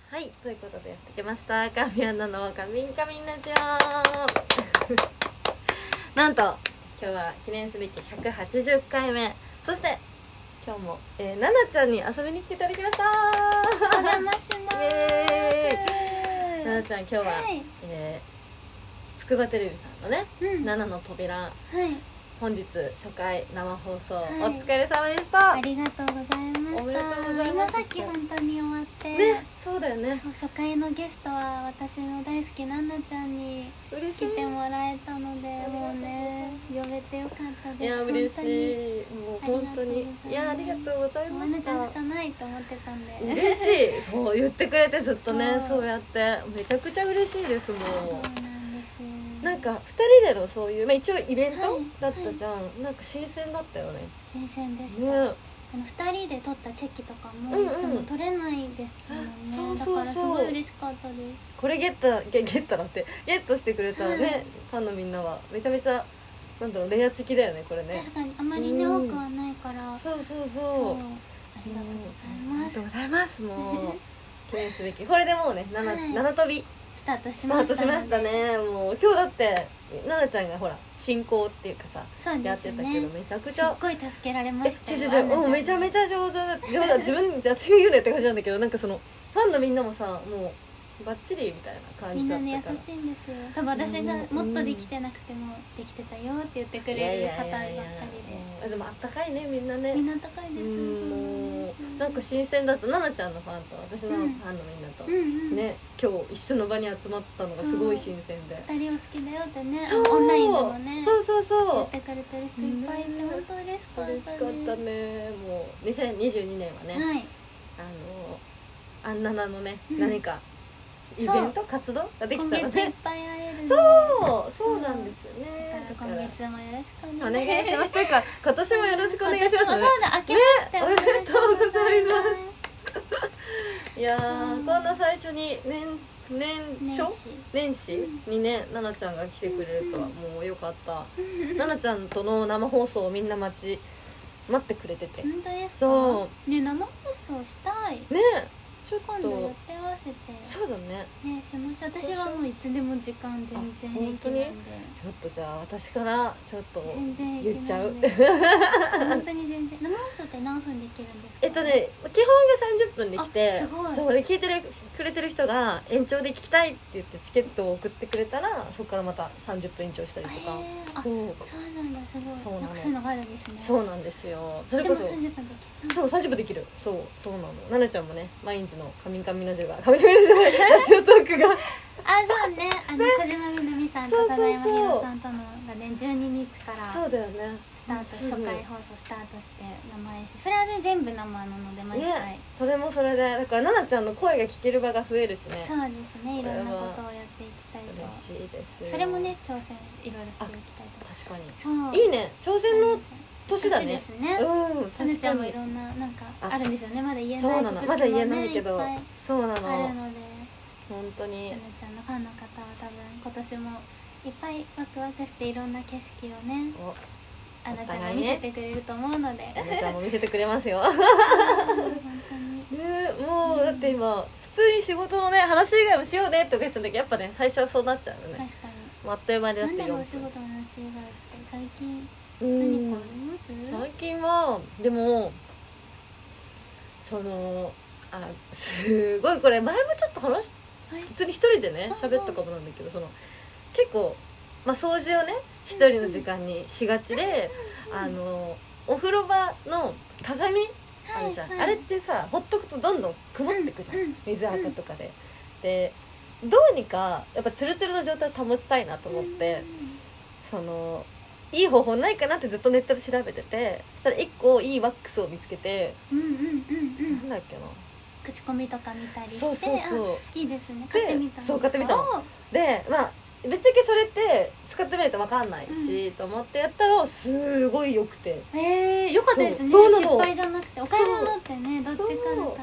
はい、ということでやってきました神アナのカミンカミンラジオなんと今日は記念すべき180回目、そして今日も、ななちゃんに遊びに来ていただきました。 お邪魔します。 ななちゃん今日は、 はい、 筑波テレビさんのね、 うん、 7の扉、 はい、 本日初回生放送、 はい、 お疲れ様でした。 ありがとうございました。 おめでとうございます。 今さっき本当に終わってね、そうだよね。 そう、初回のゲストは私の大好きななちゃんに来てもらえたので、もうね呼べてよかったです。 いや嬉しい、もう本当に、いやありがとうございました。 ななちゃんしかないと思ってたんで嬉しい。そう言ってくれてずっとね、そうやってめちゃくちゃ嬉しいです。もうなんか2人でのそういう、一応イベントだったじゃん、はい、なんか新鮮だったよね。 新鮮でした、 ね、 2人で撮ったチェキとかもいつも撮れないですもんね、だからすごい嬉しかったです。 これゲットだってゲットしてくれたね、はい、ファンのみんなはめちゃめちゃなんだろう、レアチキだよねこれね。 確かにあまりね、多くはないから。 そうありがとうございます。 ありがとうございます。もう記念すべきこれでもうね、7跳びスタートしましたね。 もう今日だってななちゃんがほら進行っていうかさ、 ね、 やってたけどめちゃくちゃすっごい助けられましたよ。 もうめちゃめちゃ上手だ自分じゃ私が言うねって感じなんだけど、なんかそのファンのみんなもさ、もうバッチリみたいな感じだったから、 みんなね優しいんですよ。多分私がもっとできてなくてもできてたよって言ってくれる方ばっかりで。 でもあったかいね、みんなね。 みんなあったかいです。 もうなんか新鮮だった。ななちゃんのファンと私のファンのみんなと、ね、今日一緒の場に集まったのがすごい新鮮で、 2人を好きだよってね、オンラインでもね、 そうやってくれてる人いっぱいいて、本当嬉しかったね。 もう2022年はね、 はい、 あんなのね、何かイベント活動ができたらね、 今月いっぱい会えるね。 そうなんですよね。 だから今月もよろしくお願いします。というか今年もよろしくお願いします。 そうだ、明けましておめでとうございます。いやー、こんな最初に年始にね、ななちゃんが来てくれるとはもうよかった。ななちゃんとの生放送をみんな待ってくれてて。 本当ですか？ そうね、生放送したいね。 ちょっと今度予定合わせて、 そうだね、 しましょう。私はもういつでも時間全然平気なんで。 ちょっとじゃあ私からちょっと言っちゃう。 本当に全然。生放送って何分できるんですか？ 基本が30分できて、そうで聞いてくれてる人が延長で聞きたいって言ってチケットを送ってくれたら、そこからまた30分延長したりとか。 そうなんだ、すごい。なんかそういうのがあるんですね。 そうなんですよ。それこそ 30分できる。 そう、30分できる。そうなの。ななちゃんもね、毎日のカミンカミンラジオがラジオトークがそうね、小島みなみさんとただ山ひろさんとのがね、12日からそうだよね、 スタート、初回放送スタートして生配信、それはね全部生なので毎回、 それもそれでだからななちゃんの声が聞ける場が増えるしね。 そうですね、いろんなことをやっていきたいと。 嬉しいですよ。 それもね、挑戦いろいろしていきたいと。 確かにそういいね、挑戦の年だね。 ですね。ななちゃんもいろんななんかあるんですよね。まだ言えないこともね、 まだ言えないけど、そうなの、 あるので、 本当にななちゃんのファンの方は多分今年もいっぱいワクワクしていろんな景色をね、あなちゃんが見せてくれると思うので、 あなちゃんも見せてくれますよ。 本当にね、もうだって今普通に仕事のね話以外もしようねとか言ってたんだけど、やっぱね最初はそうなっちゃうよね。 確かに。 あっという間にだって4分。 なんだろう、お仕事の話以外って最近何かあります？ 最近はでもすごいこれ前もちょっと普通に一人でね喋ったかもなんだけど、結構掃除をね一人の時間にしがちで、お風呂場の鏡あるじゃん、あれってさほっとくとどんどん曇ってくじゃん、水垢とかで。でどうにかやっぱツルツルの状態を保ちたいなと思って、いい方法ないかなってずっとネットで調べてて、そしたら1個いいワックスを見つけて、なんだっけな、 口コミとか見たりして、 そういいですね、買ってみたんですか？ そう買ってみたので、ぶっちゃけそれって使ってみないと分かんないし、と思ってやったらすごい良くて、 良かったですね。失敗じゃなくて、お買い物ってね、どっちかだから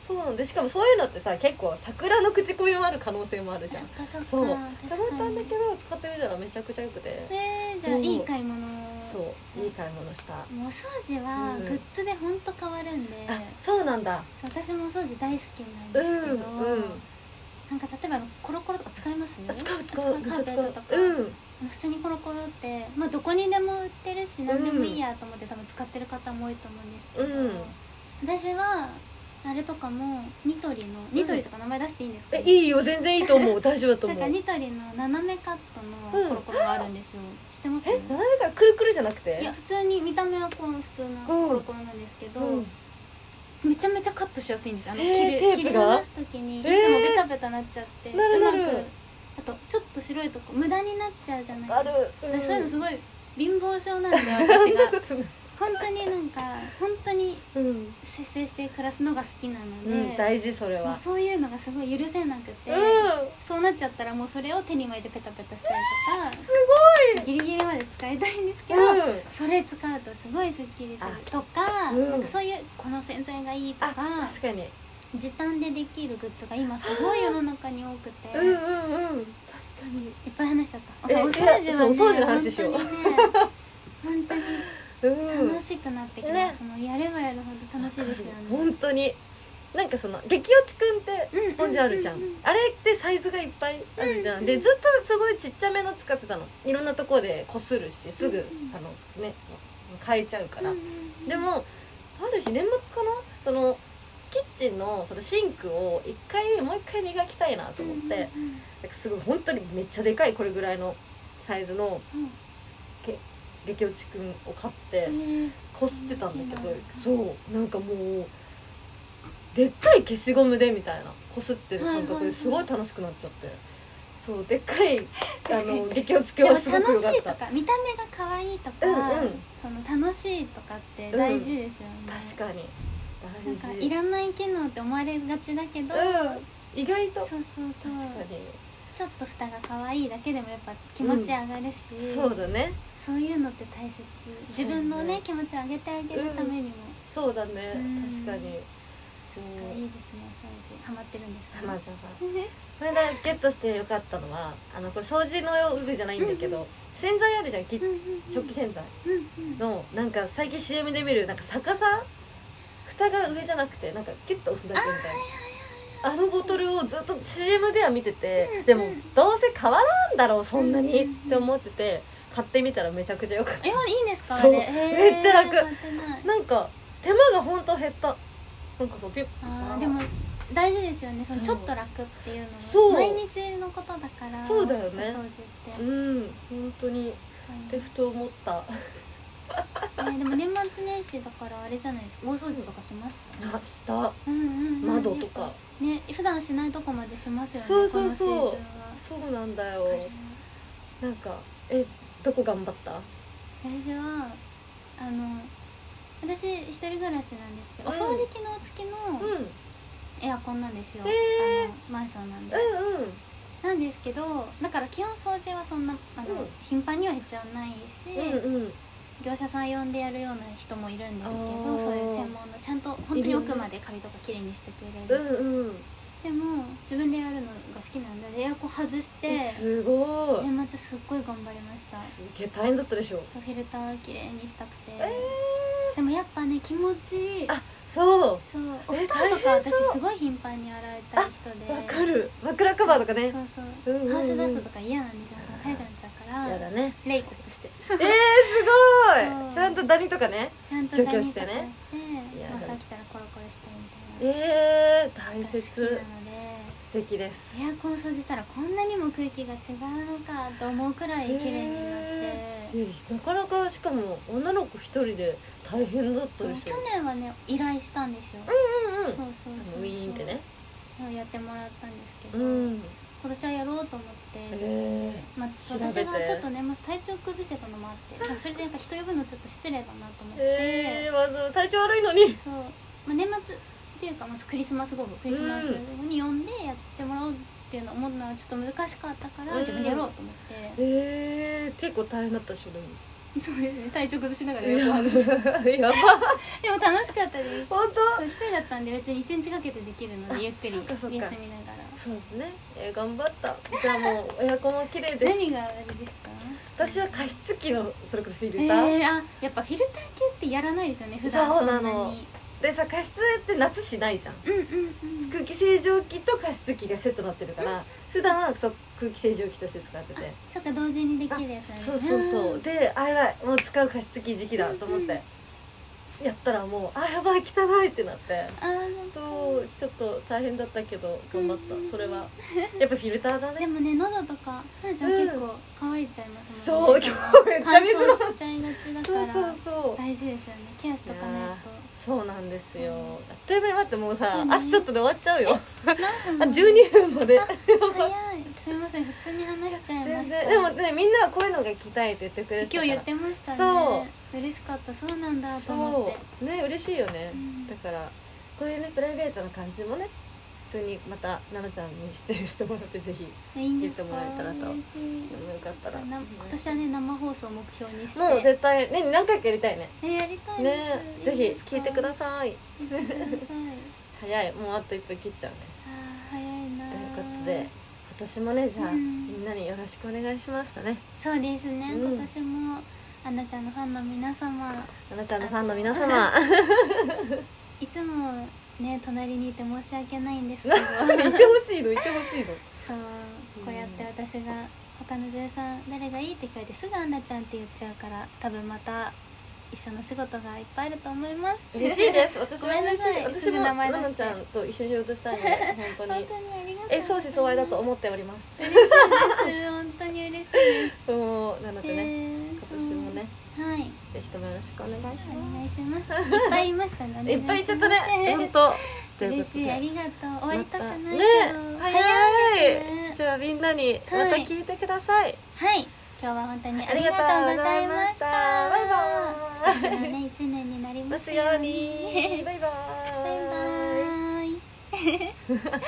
そうなんで、しかもそういうのってさ結構桜の口コミもある可能性もあるじゃん。 そっかそっか、 そう確かに思ったんだけど使ってみたらめちゃくちゃ良くて、 じゃあいい買い物そういい買い物した。 もうお掃除はグッズでほんと変わるんで、 あ、そうなんだ。 そう私もお掃除大好きなんですけど、なんか例えばコロコロとか使います？ 使うカーペットとか、普通にコロコロって、まあ、どこにでも売ってるし何でもいいやと思って多分使ってる方も多いと思うんですけど、私はあれとかもニトリとか名前出していいんですか？ いいよ、全然いいと思う。大丈夫だと思う。 なんかニトリの斜めカットのコロコロがあるんですよ、知ってます？ 斜めカットくるくるじゃなくて？ いや普通に見た目はこう普通のコロコロなんですけど、めちゃめちゃカットしやすいんですよ。切り離す時にいつもベタベタなっちゃって、うまく、あとちょっと白いとこ無駄になっちゃうじゃないですか。私そういうのすごい貧乏症なんで、私が本当になんか本当に節制して暮らすのが好きなので、 大事。それはそういうのがすごい許せなくて、そうなっちゃったらもうそれを手に巻いてペタペタしたりとか、すごいギリギリまで使いたいんですけど、それ使うとすごいスッキリするとか、なんかそういうこの洗剤がいいとか、 確かに時短でできるグッズが今すごい世の中に多くて、 確かにいっぱい話しちゃった。お掃除はね、 お掃除の話しよう。 本当に楽しくなってきます。やればやるほど楽しいですよね。 本当になんかその激落ちくんってスポンジあるじゃん。あれってサイズがいっぱいあるじゃん。でずっとすごいちっちゃめの使ってたの。いろんなところでこするしすぐね変えちゃうから。でもある日年末かな、そのキッチンのそのシンクをもう一回磨きたいなと思って、すごい本当にめっちゃでかいこれぐらいのサイズの激落ちくんを買ってこすってたんだけど、そうなんかもうでっかい消しゴムでみたいなこすってる感覚ですごい楽しくなっちゃって、そうでっかい激落ちくんはすごく良かった。 楽しいとか見た目が可愛いとか、その楽しいとかって大事ですよね。 確かになんかいらない機能って思われがちだけど、 意外とそう確かにちょっと蓋が可愛いだけでもやっぱ気持ち上がるし、 そうだね、 そういうのって大切。自分のね気持ちを上げてあげるためにも、 そうだね、確かに。 いいですね、お掃除ハマってるんですか？ ハマっちゃった。これだゲットしてよかったのはこれ掃除の用具じゃないんだけど、洗剤あるじゃん、食器洗剤のなんか最近 CM で見るなんか逆さ蓋が上じゃなくてなんかキュッと押すだけみたいなボトルをずっと CM では見てて、でもどうせ変わらんだろうそんなにって思ってて買ってみたらめちゃくちゃ良かった。 いいんですか？ そうめっちゃ楽。なんか手間がほんと減った。なんかそうピュッ。 でも大事ですよね、そのちょっと楽っていうのも毎日のことだから。 そうだよね、 お掃除って本当にってふと思った。 でも年末年始だからあれじゃないですか、大掃除とかしました？ した。窓とかね、普段しないとこまでしますよね。 そうそうなんだよ。なんかどこ頑張った？ 私は私一人暮らしなんですけど、お掃除機能付きのエアコンなんですよ、マンションなんで、なんですけど、だから基本掃除はそんな頻繁には必要ないし、業者さん呼んでやるような人もいるんですけど、そういう専門のちゃんと本当に奥までカビとかきれいにしてくれる、でも自分でやるのが好きなんでエアコン外してすごい年末すっごい頑張りました。 すげえ大変だったでしょ。 フィルターきれいにしたくて、でもやっぱね気持ちいい。 そうお布団とか私すごい頻繁に洗いたい人で。 わかる。枕カバーとかね。 そうハウスダストとか嫌なんですよ。かゆくなっちゃうから。 やだね。 レイコップして。 すごい。ちゃんとダニとかね。 ちゃんとダニとかして、朝起きたらコロコロしてみたいな。 大切。 好きなので素敵です。 エアコン掃除したらこんなにも空気が違うのかと思うくらい綺麗になって。 なかなか、しかも女の子一人で大変だったでしょ。 去年はね依頼したんですよ。 ウィーンってねやってもらったんですけど、今年はやろうと思って私がちょっとね体調崩してたのもあって、それでなんか人呼ぶのちょっと失礼だなと思って、 まず体調悪いのに年末っていうかクリスマスに呼んでやってもらおうっていうのを思うのはちょっと難しかったから自分でやろうと思って。 結構大変だったでしょ。でもそうですね、体調崩しながらご飯ですやばでも楽しかったです。 本当。 そう一人だったんで別に1日かけてできるのでゆっくり休みながら。 そうですね、頑張った。じゃあもうエアコンも綺麗です。 何があれでした？ 私は加湿器のそれこそフィルター、 あ、やっぱフィルター系ってやらないですよね普段そんなに。そうなのでさ、加湿って夏しないじゃん、 うんうんうん、 空気清浄機と加湿器がセットになってるから、普段は空気清浄機として使ってて、 そっか、同時にできるやつなんですね。 そうで、あ、やばい、もう使う加湿器時期だと思って、やったらもう、あ、やばい、汚いってなって、そうちょっと大変だったけど頑張った。それはやっぱフィルターだね。 でもね、喉とかはなちゃん結構乾いちゃいますもんね。そう、今日めっちゃ水飲ん乾燥しちゃいがちだから大事ですよね、ケアしとかないと。 そうなんですよ、あっという間に。待って、もうさ、あ、ちょっとで終わっちゃうよ何分 12分まで早い。 すいません、普通に話しちゃいました。 でもね、みんなはこういうのが聞きたいって言ってくれてたから。 今日言ってましたね。そう嬉しかった。そうなんだと思ってね、嬉しいよね、だからこういうねプライベートな感じもね、普通にまた奈々ちゃんに出演してもらって、ぜひ言ってもらえたらと。よかったら今年はね、生放送を目標にして、 もう絶対ね、何回かやりたいね。 やりたいですね、ぜひ聞いてください。 聞いてください早い、もうあと1分切っちゃうね。 早いな。 ということで今年もね、じゃあ、みんなによろしくお願いしますね。 そうですね、今年もアナちゃんのファンの皆様、 アナちゃんのファンの皆様いつもね、隣にいて申し訳ないんですけどいてほしいの、いてほしいの。 そう、こうやって私が他の女優さん誰がいいって聞かれてすぐアナちゃんって言っちゃうから、多分また一緒の仕事がいっぱいあると思います。 嬉しいです。私も嬉しい。私も名前奈々ちゃんと一緒に仕事したいので、本当にありがとう。 相思相愛だと思っております。 嬉しいです。本当に嬉しいです。 そうなのでね、今年もね、 はい、 ぜひともよろしくお願いします。 お願いします。いっぱいいましたね。 いっぱい言っちゃったね。本当。 嬉しい、ありがとう。終わりたくないけど、 ね、早い。じゃあみんなにまた聞いてください。 はい。今日は本当にありがとうございました。バイバーイ。素敵なね、1年になりますように。 バイバーイ。 バイバーイ。